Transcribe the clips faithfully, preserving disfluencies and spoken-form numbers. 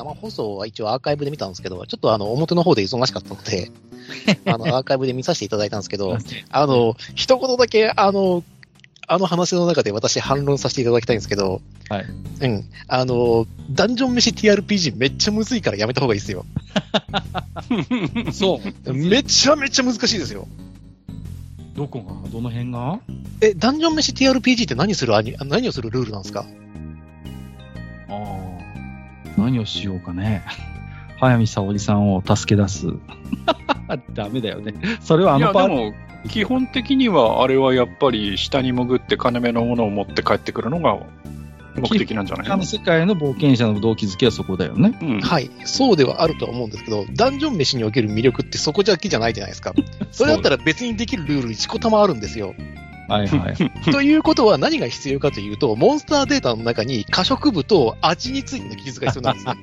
生放送は一応アーカイブで見たんですけど、ちょっとあの、表の方で忙しかったので、あの、アーカイブで見させていただいたんですけど、あの、一言だけ、あの、あの話の中で私反論させていただきたいんですけど、 はい。 うん。あの、ダンジョン飯 ティーアールピージー めっちゃむずいからやめた方がいいですよ。 そう。 めちゃめちゃ難しいですよ。 どこがどの辺がえ、ダンジョン飯 ティーアールピージー って何するアニ、何をするルールなんですか？ ああ。何をしようかね。早見沙織さんを助け出す。ダメだよね。それはあのパーティー。 いや、でも、基本的には、あれはやっぱり下に潜って金目のものを持って帰ってくるのが目的なんじゃないの？ あの世界の冒険者の動機づけはそこだよね。 うん、はい。そうではあるとは思うんですけど、ダンジョン飯における魅力ってそこだけじゃないじゃないですか。それだったら別にできるルールいちこたまあるんですよ。 はいはい。 ということは何が必要かというと、モンスターデータの中に可食部と味についての記述が必要なんですよ。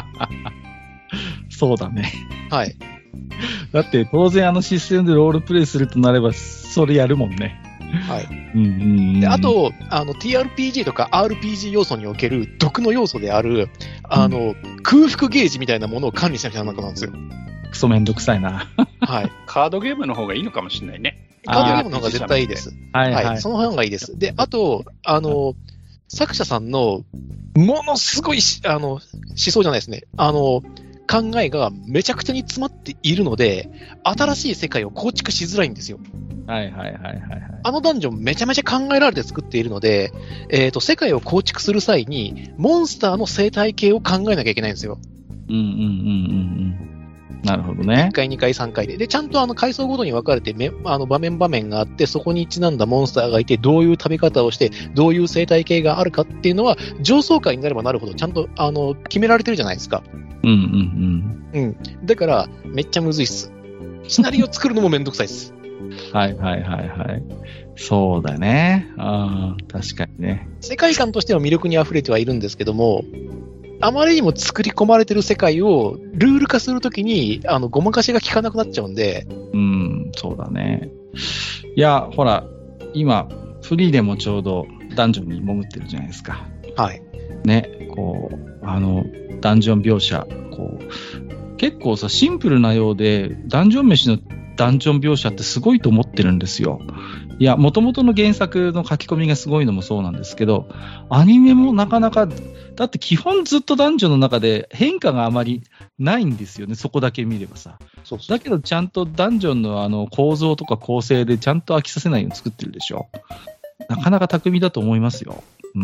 そうだね。 はい。 だって当然あのシステムでロールプレイするとなればそれやるもんね。 はい。 うんうんうん、 であとあの ティーアールピージー とか アールピージー 要素における毒の要素であるあの、うん、空腹ゲージみたいなものを管理しなきゃならなくなるんですよ。 クソめんどくさいな。 はい。 カードゲームの方がいいのかもしれないね。 カードゲームの方が絶対いいです。 はい、はい、 はい。その方がいいです。で、あと、あの、作者さんのものすごいあの思想じゃないですね。あの、考えがめちゃくちゃに詰まっているので、新しい世界を構築しづらいんですよ。 はいはいはいはい、はい。 あのダンジョンめちゃめちゃ考えられて作っているので、えっと、世界を構築する際に、モンスターの生態系を考えなきゃいけないんですよ。 うんうんうんうんうん。なるほどね。 いっかい、にかい、さんかいで。で、ちゃんとあの階層ごとに分かれてめ、あの場面場面があって、そこにちなんだモンスターがいて、どういう食べ方をして、どういう生態系があるかっていうのは、上層階になればなるほど、ちゃんとあの決められてるじゃないですか。 うんうんうん。うん。だから、めっちゃむずいっす。シナリオ作るのもめんどくさいっす。 はいはいはいはい。そうだね。ああ、確かにね。 世界観としては魅力に溢れてはいるんですけども、あまりにも作り込まれてる世界をルール化するときに、あの、ごまかしが効かなくなっちゃうんで。 うん、そうだね。いや、ほら、今、フリーでもちょうどダンジョンに潜ってるじゃないですか。 はい。 ね、こう、あの、ダンジョン描写、こう、結構さ、シンプルなようで、ダンジョン飯のダンジョン描写ってすごいと思ってるんですよ。いや、元々の原作の書き込みがすごいのもそうなんですけど、アニメもなかなか、だって基本ずっとダンジョンの中で変化があまりないんですよね、そこだけ見ればさ。 そうそう。 だけどちゃんとダンジョンのあの構造とか構成でちゃんと飽きさせないように作ってるでしょ。なかなか巧みだと思いますよ。うん。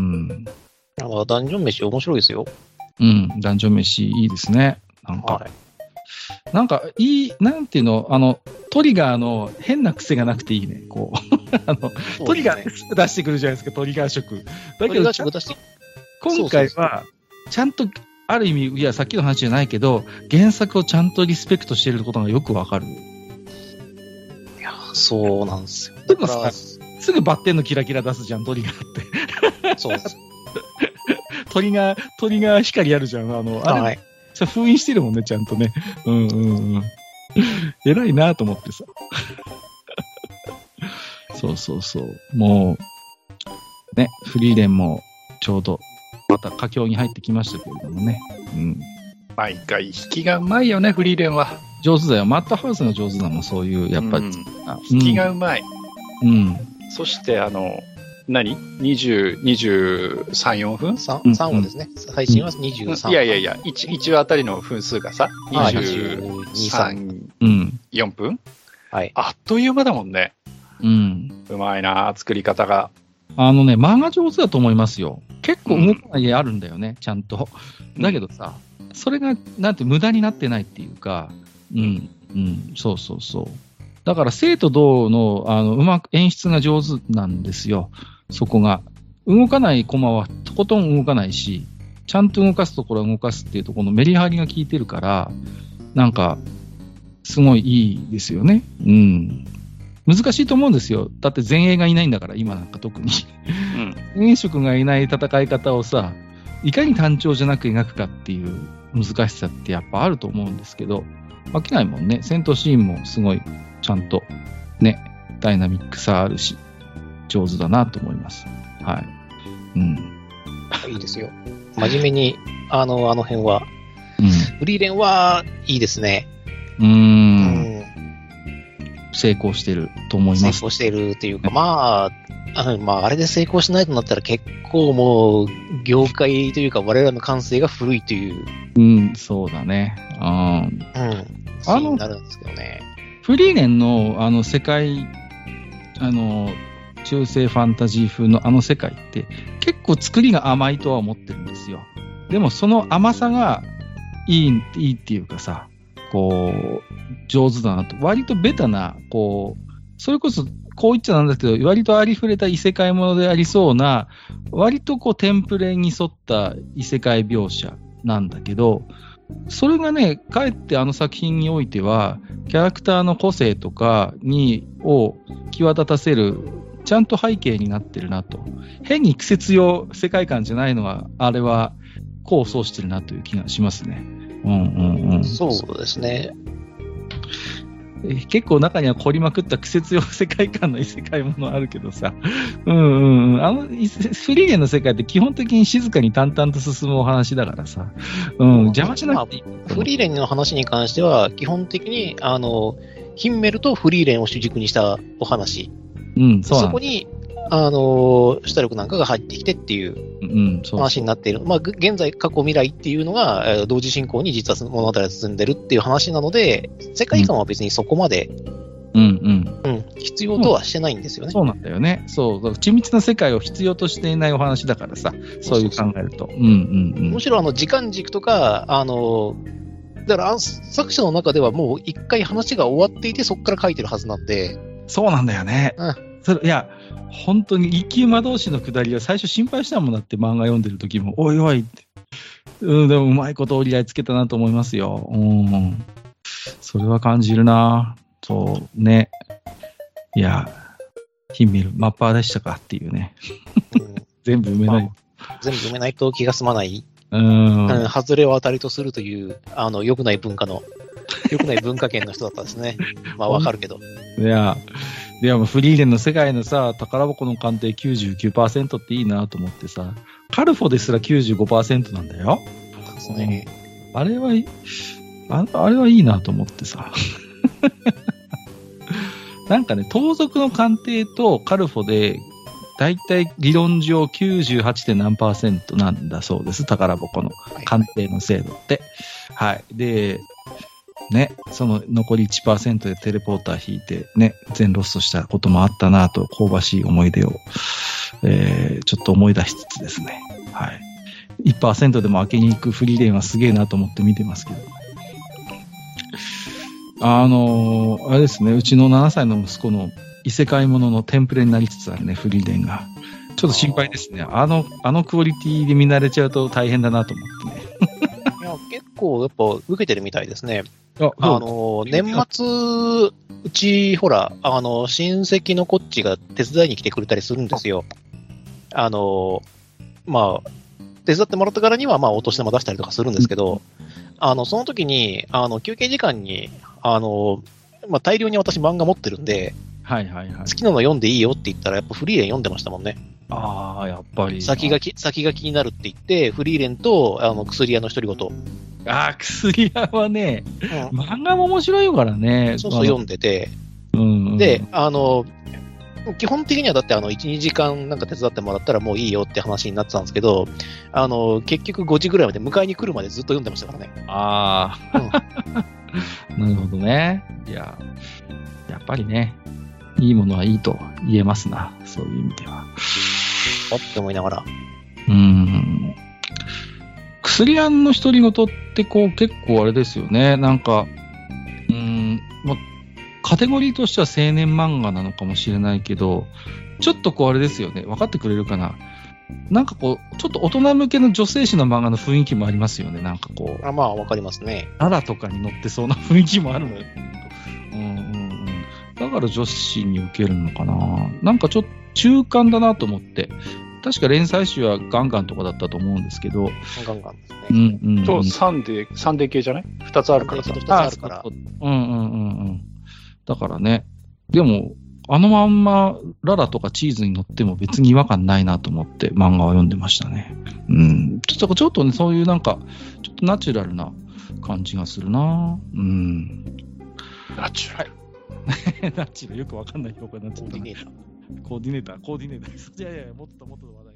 あのダンジョン飯面白いですよ。 うん、ダンジョン飯いいですね。なんか。はい、なんか、いい、なんていうの、あの、トリガーの変な癖がなくていいね。こう。あの、ね、トリガー出してくるじゃないですか、トリガー色。だけど、今回は、ちゃんと、ある意味、いや、さっきの話じゃないけど、原作をちゃんとリスペクトしていることがよくわかる。いや、そうなんですよ。だから、 すぐバッテンのキラキラ出すじゃん、トリガーって。 そうです。 トリガー、トリガー光あるじゃん。あの、あれ、はい、封印してるもんね、ちゃんとね。うんうんうん。偉いなと思ってさ。そうそうそう。もう、ね、フリーレンもちょうど、また佳境に入ってきましたけれどもね。うん。 毎回引きがうまいよね、フリーレンは。 上手だよ。マットハウスが上手なの、そういう、やっぱり。うん、 引きがうまい。 うん。 そして、あの、何 ?にじゅう、にじゅうさん、よんぷん ?さん、さんわですね。配信はにじゅうさん。 いやいやいや、いち、いちわあたりの分数がさ、にじゅうさん、よんぷんはい。 あっという間だもんね。 うん。 うまいな、作り方が。 あのね、漫画上手だと思いますよ。結構動かない絵あるんだよね、うん、ちゃんと。だけどさ、それが、なんて無駄になってないっていうか、うん、うん、そうそうそう。だから生と同の、あの、うまく演出が上手なんですよ。そこが。動かないコマはとことん動かないし、ちゃんと動かすところは動かすっていうところのメリハリが効いてるから、なんか、すごいいいですよね。うん。難しいと思うんですよ。だって前衛がいないんだから、今なんか特に。うん。前衛色がいない戦い方をさ、いかに単調じゃなく描くかっていう難しさってやっぱあると思うんですけど、飽きないもんね。戦闘シーンもすごいちゃんとね、ダイナミックさあるし、上手だなと思います。はい。うん。 いいですよ。真面目に、あの、あの辺は、 うん、 フリーレンはいいですね。 うーん、うん、成功してると思います。 成功しているっていうか、まあ、あ, まあ、あれで成功しないとなったら結構もう、業界というか我々の感性が古いという。 うん、そうだね。うん。うん。 あの、なるんですけどね。 フリーレンのあの世界、あの、中世ファンタジー風のあの世界って結構作りが甘いとは思ってるんですよ。でもその甘さがいい、いいっていうかさ、こう、上手だなと。割とベタな、こう、それこそ、こう言っちゃなんだけど、割とありふれた異世界ものでありそうな、割とこうテンプレに沿った異世界描写なんだけど、それがね、かえってあの作品においては、キャラクターの個性とかに、を際立たせる、ちゃんと背景になってるなと。変に苦節用世界観じゃないのは、あれは、功を奏してるなという気がしますね。うんうんうん。 そうですね。 結構中には凝りまくった苦節用世界観の異世界ものあるけどさ、うんうんうん、あのフリーレンの世界って基本的に静かに淡々と進むお話だからさ、うん、邪魔しなくていい、まあ。フリーレンの話に関しては、基本的にあのヒンメルとフリーレンを主軸にしたお話、 うん、そうそこにあの主体力なんかが入ってきてっていう話になっている。うん、そうそう、まあ、現在、過去、未来っていうのが同時進行に実は物語が進んでるっていう話なので、世界観は別にそこまで、 うんうんうん、必要とはしてないんですよね。 そうなんだよね。そう。緻密な世界を必要としていないお話だからさ、そういう考えると。うんうんうん、 むしろあの時間軸とか、あの、だから作者の中ではもう一回話が終わっていて、そこから書いてるはずなんで。 そうなんだよね。うん、それいや、本当に生き馬同士のくだりは最初心配したもんだって、漫画読んでる時も、おいおいって。うん、でもうまいこと折り合いつけたなと思いますよ。うん。それは感じるな。そうね。いや、ヒンメル、マッパーでしたかっていうね。うん、全部埋めない、まあ。全部埋めないと気が済まない。 うん。 うん、外れを当たりとするという、あの、良くない文化の、良くない文化圏の人だったんですね。まあ、わかるけど。 いや、いや、フリーレンの世界のさ、宝箱の鑑定 きゅうじゅうきゅうパーセント っていいなと思ってさ、カルフォですら きゅうじゅうごパーセント なんだよ。 そうですね。 うん、あれは、あ、あれはいいなと思ってさ。なんかね、盗賊の鑑定とカルフォで、だいたい理論上 きゅうじゅうはち. 点何パーセントなんだそうです。宝箱の鑑定の精度って。はい、はい。で、ね、その残り いちパーセント でテレポーター引いて、ね、全ロストしたこともあったなと、香ばしい思い出を、えー、ちょっと思い出しつつですね。はい。いちパーセント でも開けに行くフリーレンはすげえなと思って見てますけど。あのー、あれですね、うちのななさいの息子の異世界もののテンプレになりつつあるね、フリーレンが。ちょっと心配ですね。あの、あのクオリティで見慣れちゃうと大変だなと思ってね。 いや、結構やっぱ受けてるみたいですね。あ, あの、年末、うち、ほら、あの、親戚のこっちが手伝いに来てくれたりするんですよ。あの、まあ、手伝ってもらったからには、まあ、お年玉出したりとかするんですけど、うん、あの、その時に、あの、休憩時間に、あの、まあ、大量に私漫画持ってるんで、 はいはいはい。好きなの読んでいいよって言ったら、やっぱフリーレン読んでましたもんね。 ああ、やっぱり。 先がき、先が気になるって言って、フリーレンと、あの、薬屋の独り言。 ああ、薬屋はね、うん、漫画も面白いからね。 そうそう、読んでて。 うんうん、 で、あの、基本的にはだってあの、いち、にじかんなんか手伝ってもらったらもういいよって話になってたんですけど、あの、結局ごじぐらいまで迎えに来るまでずっと読んでましたからね。 ああ、うん、なるほどね。いや、やっぱりね、いいものはいいと言えますな。そういう意味では。 おって思いながら。 うーん。薬屋の独り言ってこう結構あれですよね。なんか、うーん、ま、カテゴリーとしては青年漫画なのかもしれないけど、ちょっとこうあれですよね。分かってくれるかな。なんかこう、ちょっと大人向けの女性誌の漫画の雰囲気もありますよね。なんかこう。 あ、まあわかりますね。 アラとかに載ってそうな雰囲気もあるのよ。うんうんうん。だから女子に受けるのかな。なんかちょっと中間だなと思って。確か連載誌はガンガンとかだったと思うんですけど。 ガンガンですね。 うんうん、うん。 と、サンデー、サンデー系じゃない二つあるからさ。 二つあるから。 うんうんうんうん。だからね。でも、あのまんまララとかチーズに乗っても別に違和感ないなと思って漫画を読んでましたね。うん。ちょっと、ちょっとね、そういうなんか、ちょっとナチュラルな感じがするな。うん。 ナチュラル。 ナチュラルよくわかんない評価になっちゃった。 コーディネーター。 コーディネーター、コーディネーター。いやいや、もっともっと話題。